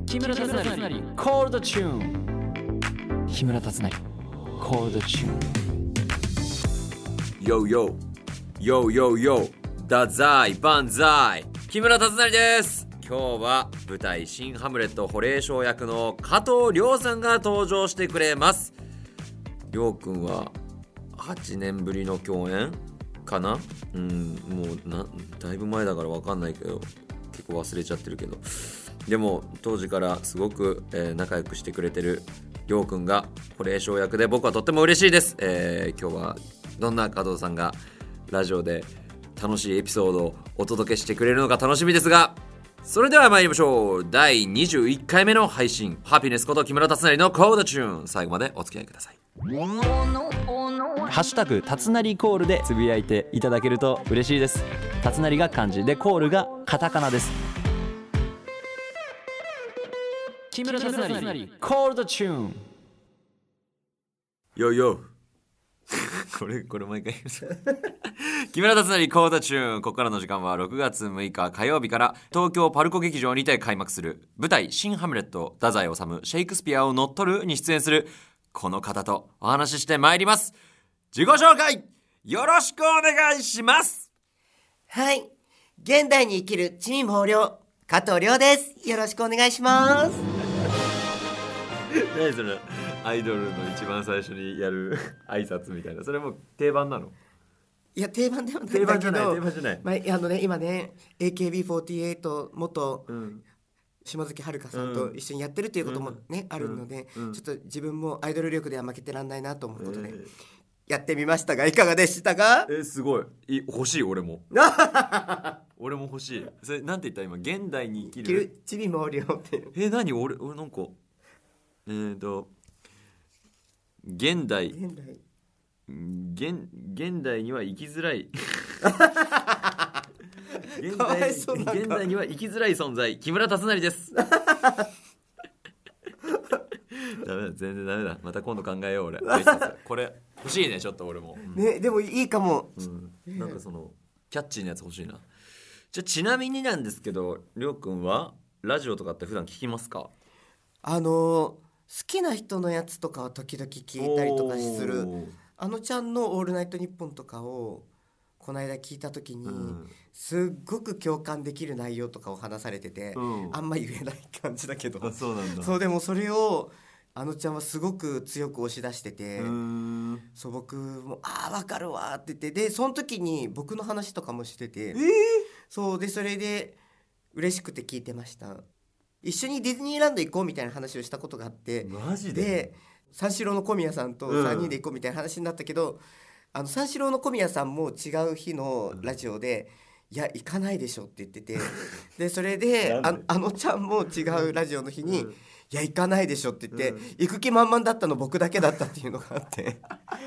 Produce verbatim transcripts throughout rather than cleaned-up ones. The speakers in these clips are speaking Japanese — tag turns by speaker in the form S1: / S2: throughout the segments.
S1: 木村達成コールドチューン。木村達成コールドチューン。
S2: ヨーヨーヨーヨーヨーダザイバンザイ、木村達成です。今日は舞台新ハムレット保冷将役の加藤亮さんが登場してくれます。亮くんははちねんぶりの共演かな。うんもうなだいぶ前だから分かんないけど結構忘れちゃってるけど、でも当時からすごく、えー、仲良くしてくれてる亮くんが保冷将役で僕はとっても嬉しいです。えー、今日はどんな加藤さんがラジオで楽しいエピソードをお届けしてくれるのか楽しみですが、それでは参りましょう。だいにじゅういっかいめの配信、ハピネスこと木村達成のコードチューン、最後までお付き合いください。
S1: ハッシュタグ達成コールでつぶやいていただけると嬉しいです。達成が漢字でコールがカタカナです。木村達成コールドチューン。
S2: ヨーヨーこれこれ毎回木村達成コードチューン。ここからの時間はろくがつむいか火曜日から東京パルコ劇場にて開幕する舞台新ハムレット太宰治シェイクスピアを乗っ取るに出演するこの方とお話ししてまいります。自己紹介よろしくお願いします。
S3: はい、現代に生きる地味猛量加藤亮です。よろしくお願いします
S2: 何それ、アイドルの一番最初にやる挨拶みたいな、それも定番なの？
S3: いや定番ではないんだけど、
S2: 定番じゃない定番じゃない、
S3: まあ、あのね今ね エーケービーフォーティーエイト 元、
S2: うん
S3: 島崎遥さんと一緒にやってるっていうこともね、うん、あるので、うん、ちょっと自分もアイドル力では負けてらんないなと思うことで、えー、やってみましたがいかがでしたか？
S2: えー、すごいい欲しい。俺も俺も欲しい。それなんて言った今、現代に生きる
S3: ちびもうりょうって。
S2: えー、何俺俺なんかえーと現代
S3: 現代
S2: 現現代には生きづらい現代現代には生きづらい存在、木村達成ですダメだ、全然ダメだ。また今度考えよう俺これ欲しいね、ちょっと俺も、
S3: うん、ね、でもいいかも、
S2: うん、なんかそのキャッチーなやつ欲しいな。じゃあちなみになんですけど、りょうくんはラジオとかって普段聞きますか？
S3: あのー、好きな人のやつとかは時々聞いたりとかする。あのちゃんのオールナイトニッポンとかをこの間聞いた時に、うん、すっごく共感できる内容とかを話されてて、うん、あんま言えない感じだけど、
S2: あ、そうなんだ。
S3: そうでもそれをあのちゃんはすごく強く押し出してて、そう僕もあー分かるわって言って、でその時に僕の話とかもしてて、えー、そうでそれで嬉しくて聞いてました。一緒にディズニーランド行こうみたいな話をしたことがあって、
S2: マジで？
S3: で三四郎の小宮さんとさんにんで行こうみたいな話になったけど、うん、あの三四郎の小宮さんも違う日のラジオで、うん、いや行かないでしょって言っててでそれであ, あのちゃんも違うラジオの日に、うん、いや行かないでしょって言って、うん、行く気満々だったの僕だけだったっていうのがあって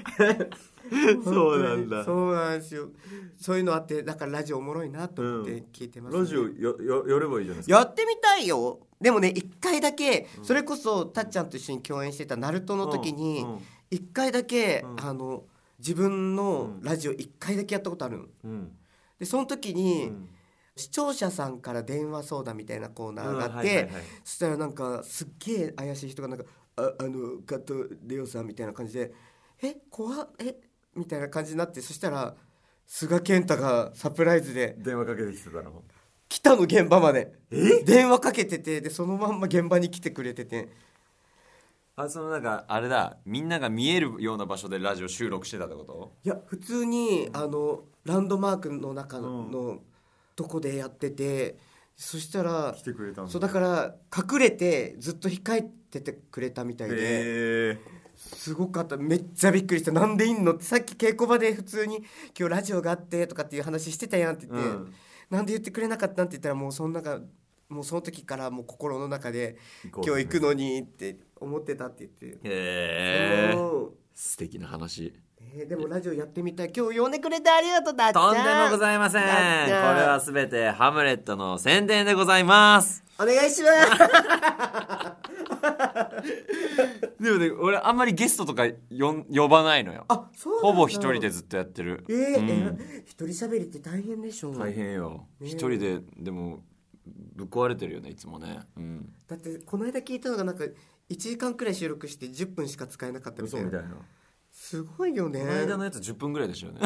S2: そうなんだ。
S3: そうなんですよ。そういうのあって、だからラジオおもろいなと思って聞いてます、ね、
S2: うん、ラジオ や, や, やればいいじゃないですか。
S3: やってみたいよ。でもね一回だけ、うん、それこそたっちゃんと一緒に共演してたナルトの時に一回だけ、うん、あの自分のラジオ一回だけやったことあるの、うん、でその時に、うん、視聴者さんから電話相談みたいなコーナーがあって、うんはいはいはい、そしたらなんかすっげえ怪しい人がなんか あ, あの加藤レオさんみたいな感じでえ怖っえみたいな感じになって、そしたら菅健太がサプライズで
S2: 電話かけてきてたの。
S3: 来たの現場まで。
S2: え
S3: 電話かけてて、でそのまんま現場に来てくれてて、
S2: あそのなんかあれだ、みんなが見えるような場所でラジオ収録してたってこと？
S3: いや普通にあのランドマークの中のとこでやってて、そしたら
S2: 来てくれたんだ。
S3: そうだから隠れてずっと控えててくれたみたいで、すごかった。めっちゃびっくりした。なんでいんのって、さっき稽古場で普通に今日ラジオがあってとかっていう話してたやんって言って、うん、なんで言ってくれなかったんって言ったら、もうその中もうその時からもう心の中で今日行くのにって思ってたって言って、
S2: へー素敵な話。
S3: えー、でもラジオやってみたい。今日呼んでくれてありがとう。だっちゃん
S2: とんでもございません。これはすべてハムレットの宣伝でございます。
S3: お願いします
S2: でもね、俺あんまりゲストとかよ呼ばないのよ。
S3: あ、そうなんだ。
S2: ほぼ一人でずっとやってる。
S3: えーうん、え一人喋りって大変でしょ。
S2: 大変よ、ね、一人で。でもぶっ壊れてるよねいつもね、うん、
S3: だってこの間聞いたのがなんかいちじかんくらい収録してじゅっぷんしか使えなかったみたいな。
S2: 嘘みたいな。
S3: すごいよね。
S2: この間のやつじゅっぷんぐらいでしたよね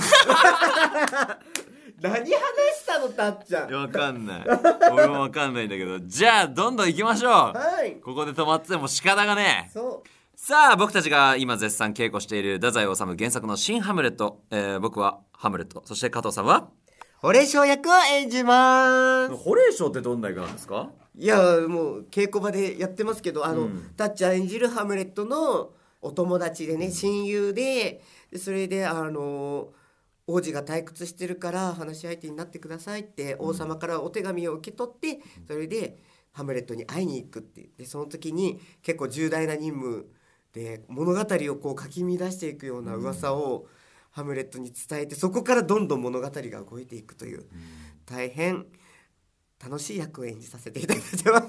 S3: 何話したのたっちゃん。
S2: わかんない俺もわかんないんだけど、じゃあどんどん行きましょう。
S3: はい、
S2: ここで止まってても仕方がねえ。
S3: そう
S2: さあ僕たちが今絶賛稽古している太宰治原作の新ハムレット、えー、僕はハムレット、そして加藤さんは
S3: ホレイショウ役を演じます。
S2: ホレイショウってどんな役なんですか？
S3: いやもう稽古場でやってますけど、あの、うん、タッチャー演じるハムレットのお友達でね、親友で、それであの王子が退屈してるから話し相手になってくださいって王様からお手紙を受け取って、それでハムレットに会いに行くって。でその時に結構重大な任務で物語をこうかき乱していくような噂をハムレットに伝えて、そこからどんどん物語が動いていくという、大変楽しい役を演じさせていただいてます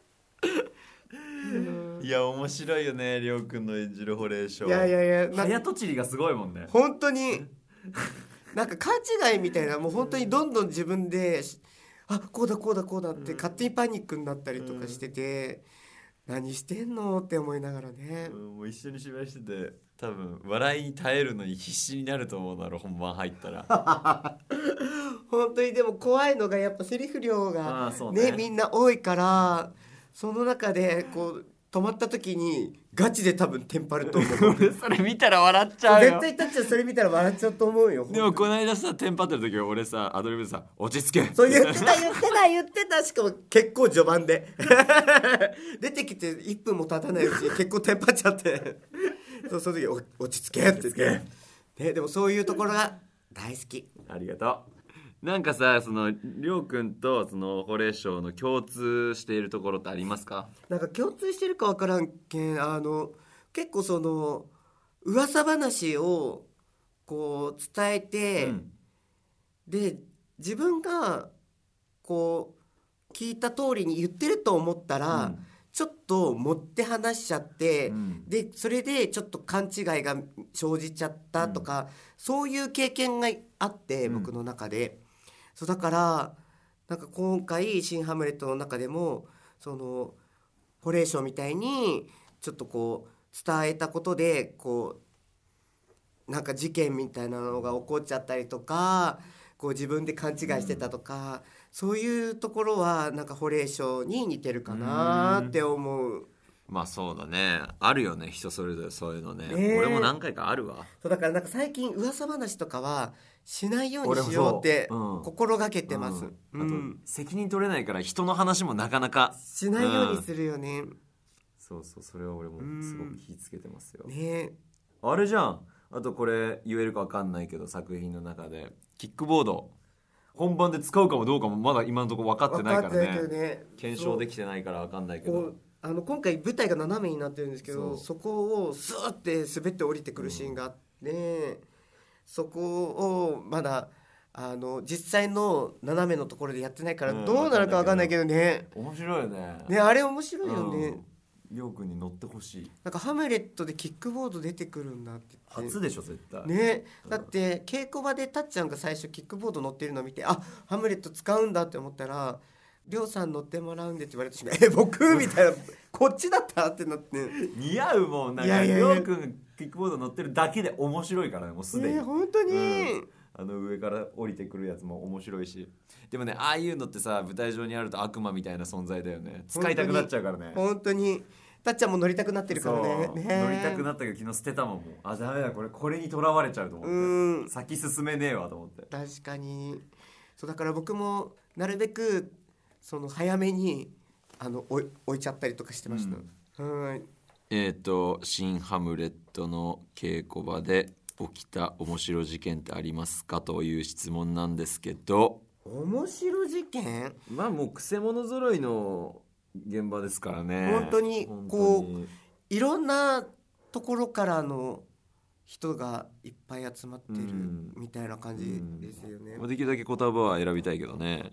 S2: いや面白いよね、りょうくんの演じるホレイショウ。
S3: いやいやいや、
S2: 早とちりがすごいもんね
S3: 本当になんか勘違いみたいな、もう本当にどんどん自分であこうだこうだこうだって勝手にパニックになったりとかしてて、うん、何してんのって思いながらね、
S2: うん、もう一緒に芝居してて多分笑いに耐えるのに必死になると思うだろう、本番入ったら
S3: 本当に。でも怖いのがやっぱセリフ量が ね, ねみんな多いから、その中でこう止まった時にガチで多分テンパると思う
S2: それ見たら笑っちゃうよ。
S3: 絶対タッチはそれ見たら笑っちゃうと思うよ。
S2: でもこの間さテンパってる時は俺さアドリブでさ落ち着け
S3: そう言ってた言ってた言ってたしかも結構序盤で出てきていっぷんも経たないうちに結構テンパっちゃってそうその時落ち着けって言って、ね、でもそういうところが大好き。
S2: ありがとう。なんかさ、そのりょうくんとそのホレイショウの共通しているところってありますか？
S3: なんか共通してるか分からんけん、あの結構その噂話をこう伝えて、うん、で自分がこう聞いた通りに言ってると思ったら、うん、ちょっと持って話しちゃって、うん、でそれでちょっと勘違いが生じちゃったとか、うん、そういう経験があって、僕の中で。そうだからなんか今回新ハムレットの中でもそのホレイショウみたいにちょっとこう伝えたことでこうなんか事件みたいなのが起こっちゃったりとか、こう自分で勘違いしてたとか、うん、そういうところはなんかホレイショウに似てるかなって思う。
S2: まあそうだね、あるよね、人それぞれそういうのね、えー、俺も何回かあるわ。
S3: そうだからなんか最近噂話とかはしないようにしようって心がけてます、うんうん、
S2: あと責任取れないから人の話もなかなか
S3: しないようにするよね、うん、
S2: そうそう、それは俺もすごく気ぃつけてますよ、
S3: ね、
S2: あれじゃん。あとこれ言えるか分かんないけど、作品の中でキックボード本番で使うかもどうかもまだ今のところ分かってないから ね, ね検証できてないから分かんないけど、
S3: あの今回舞台が斜めになってるんですけど、 そ, そこをスーって滑って降りてくるシーンがあって、うん、そこをまだあの実際の斜めのところでやってないからどうなるか分かんないけどね、
S2: うん、面白いよね。
S3: ね、あれ面白いよね、
S2: りょうくんに乗ってほしい。
S3: なんかハムレットでキックボード出てくるんだって言って
S2: 初でしょ絶対
S3: ね、だって稽古場でたっちゃんが最初キックボード乗ってるのを見て、あハムレット使うんだって思ったら、りょうさん乗ってもらうんでって言われてしまうえ僕みたいなこっちだったってなって
S2: 似合うもん。なんかりょうくんキックボード乗ってるだけで面白いからね、もうすでに、
S3: ね、本当に、うん、
S2: あの上から降りてくるやつも面白いし、でもねああいうのってさ舞台上にあると悪魔みたいな存在だよね。使いたくなっちゃうからね。
S3: 本当にたっちゃんも乗りたくなってるから ね, ね
S2: 乗りたくなったけど昨日捨てたもん。もうあダメだこれこれにとらわれちゃうと思って、うん、先進めねえわと思って。
S3: 確かにそうだから僕もなるべくその早めにあの置 い, 置いちゃったりとかしてました、うん、はい。
S2: えっ、ー、と新ハムレットの稽古場で起きた面白事件ってありますかという質問なんですけど、
S3: 面白事件、
S2: まあもうくせ者揃いの現場ですからね。
S3: 本当にこういろんなところからの人がいっぱい集まってるみたいな感じですよね、
S2: うんうん、できるだけ言葉は選びたいけどね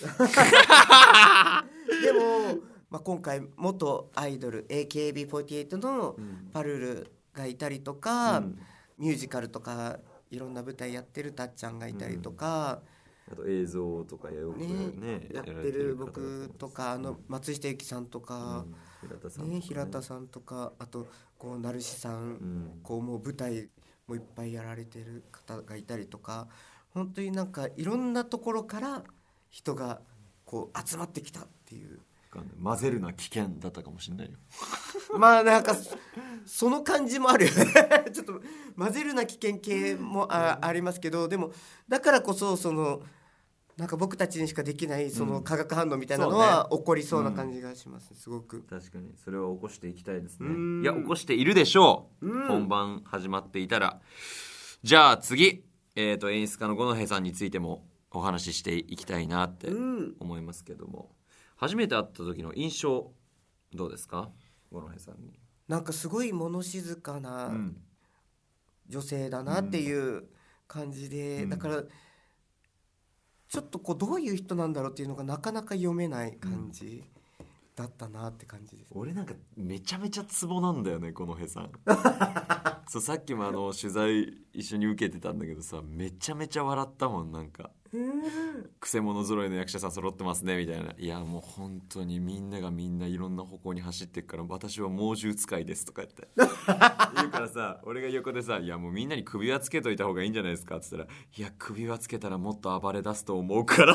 S3: でも、まあ、今回元アイドル エーケービーフォーティーエイト のパルルがいたりとか、うん、ミュージカルとかいろんな舞台やってるたっちゃんがいたりとか、
S2: あと映像とかよく ね,
S3: ねやってる僕とかあの松下由紀さんとか、うん、
S2: 平田さんとか、
S3: ね、平田さんとかあとこう成志さん、うん、こうもう舞台もいっぱいやられてる方がいたりとか本当になんかいろんなところから人がこう集まってきたっていう
S2: 混ぜるな危険だったかもしれないよ
S3: まあなんかその感じもあるよねちょっと混ぜるな危険系も あ, ありますけどでもだからこそそのなんか僕たちにしかできないその化学反応みたいなのは起こりそうな感じがします、ね、すごく
S2: 確かにそれは起こしていきたいですね。いや起こしているでしょう、う本番始まっていたら。じゃあ次、えーと、演出家の五戸さんについてもお話ししていきたいなって思いますけども、初めて会った時の印象どうですか五戸さんに。
S3: なんかすごい物静かな女性だなっていう感じで、うん、だからちょっとこうどういう人なんだろうっていうのがなかなか読めない感じだったなって感じです、ね、
S2: 俺なんかめちゃめちゃツボなんだよね五戸さんそうさっきもあの取材一緒に受けてたんだけどさめちゃめちゃ笑ったもん。なんかくせ者揃いの役者さん揃ってますねみたいな。いやもう本当にみんながみんないろんな方向に走ってっから私は猛獣使いですとか言って言うからさ俺が横でさいやもうみんなに首輪つけといた方がいいんじゃないですかって言ったらいや首輪つけたらもっと暴れ出すと思うから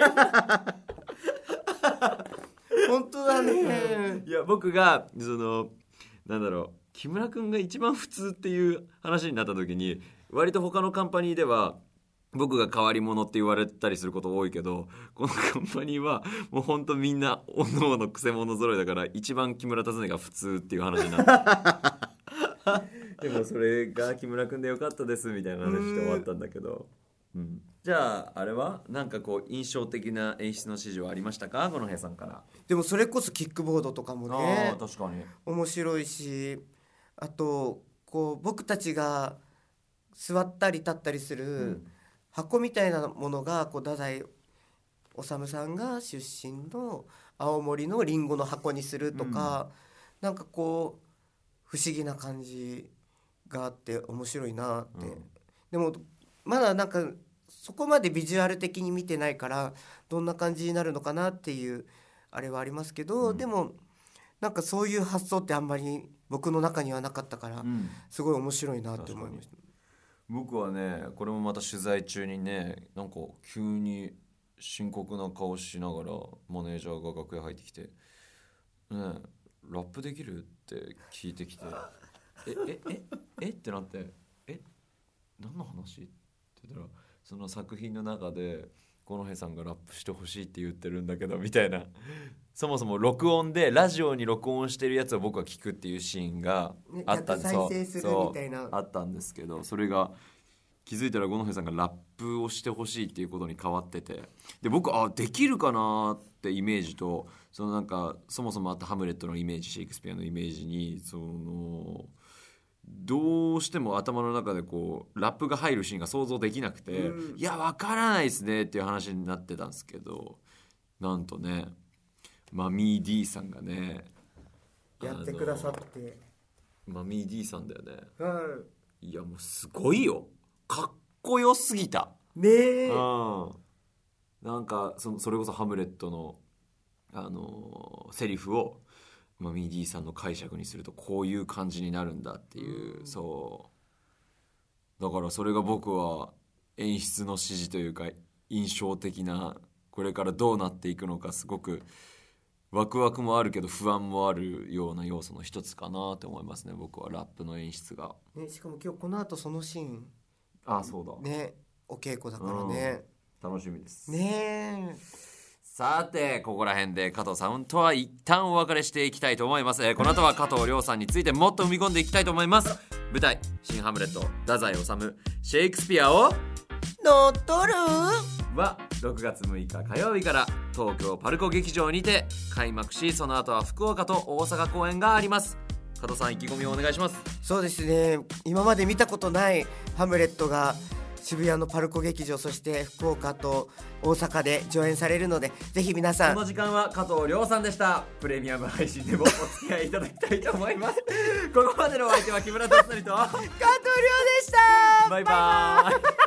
S3: 本当だね。
S2: いや僕がそのなんだろう木村くんが一番普通っていう話になった時に割と他のカンパニーでは僕が変わり者って言われたりすること多いけどこのカンパニーはもうほんとみんなおのおのくせ者揃いだから一番木村達成が普通っていう話になったでもそれが木村くんでよかったですみたいな話して終わったんだけど、うん、じゃああれはなんかこう印象的な演出の指示はありましたか五戸さんから。
S3: でもそれこそキックボードとかもね
S2: あ確かに
S3: 面白いしあとこう僕たちが座ったり立ったりする、うん箱みたいなものがこう太宰治さんが出身の青森のリンゴの箱にするとか、うん、なんかこう不思議な感じがあって面白いなって、うん、でもまだなんかそこまでビジュアル的に見てないからどんな感じになるのかなっていうあれはありますけど、うん、でもなんかそういう発想ってあんまり僕の中にはなかったから、うん、すごい面白いなって思いました。
S2: 僕はねこれもまた取材中にねなんか急に深刻な顔しながらマネージャーが楽屋入ってきて、ね、ラップできるって聞いてきてええええってなってえ何の話って言ったらその作品の中で五戸さんがラップしてほしいって言ってるんだけどみたいな。そもそも録音でラジオに録音してるやつを僕は聞くっていうシーンがあったんですよ、
S3: ね、再生するみたいな
S2: あったんですけどそれが気づいたら五戸さんがラップをしてほしいっていうことに変わっててで僕あできるかなってイメージとそのなんかそもそもあったハムレットのイメージシェイクスピアのイメージにそのどうしても頭の中でこうラップが入るシーンが想像できなくて、うん、いや分からないですねっていう話になってたんですけどなんとねマミー D さんがね
S3: やってくださって
S2: マミー D さんだよね、
S3: うん、
S2: いやもうすごいよかっこよすぎた
S3: ねえ、
S2: うん、なんか そ, それこそハムレットの、あのー、セリフをマミー D さんの解釈にするとこういう感じになるんだっていう、うん、そうだからそれが僕は演出の指示というか印象的なこれからどうなっていくのかすごくワクワクもあるけど不安もあるような要素の一つかなと思いますね僕はラップの演出が、
S3: ね、しかも今日この後そのシーン
S2: あそうだ
S3: ねお稽古だからね、
S2: うん、楽しみです
S3: ね。
S2: さてここら辺で加藤さんとは一旦お別れしていきたいと思います、えー、この後は加藤亮さんについてもっと踏み込んでいきたいと思います。舞台新ハムレット太宰治シェイクスピアを
S3: 乗っ取る
S2: はろくがつむいか火曜日から東京パルコ劇場にて開幕しその後は福岡と大阪公演があります。加藤さん意気込みをお願いします。
S3: そうですね今まで見たことないハムレットが渋谷のパルコ劇場そして福岡と大阪で上演されるのでぜひ皆さん
S2: この時間は加藤亮さんでした。プレミアム配信でもお付き合いいただきたいと思いますここまでのお相手は木村達成と加藤亮でした。
S3: バイバーイ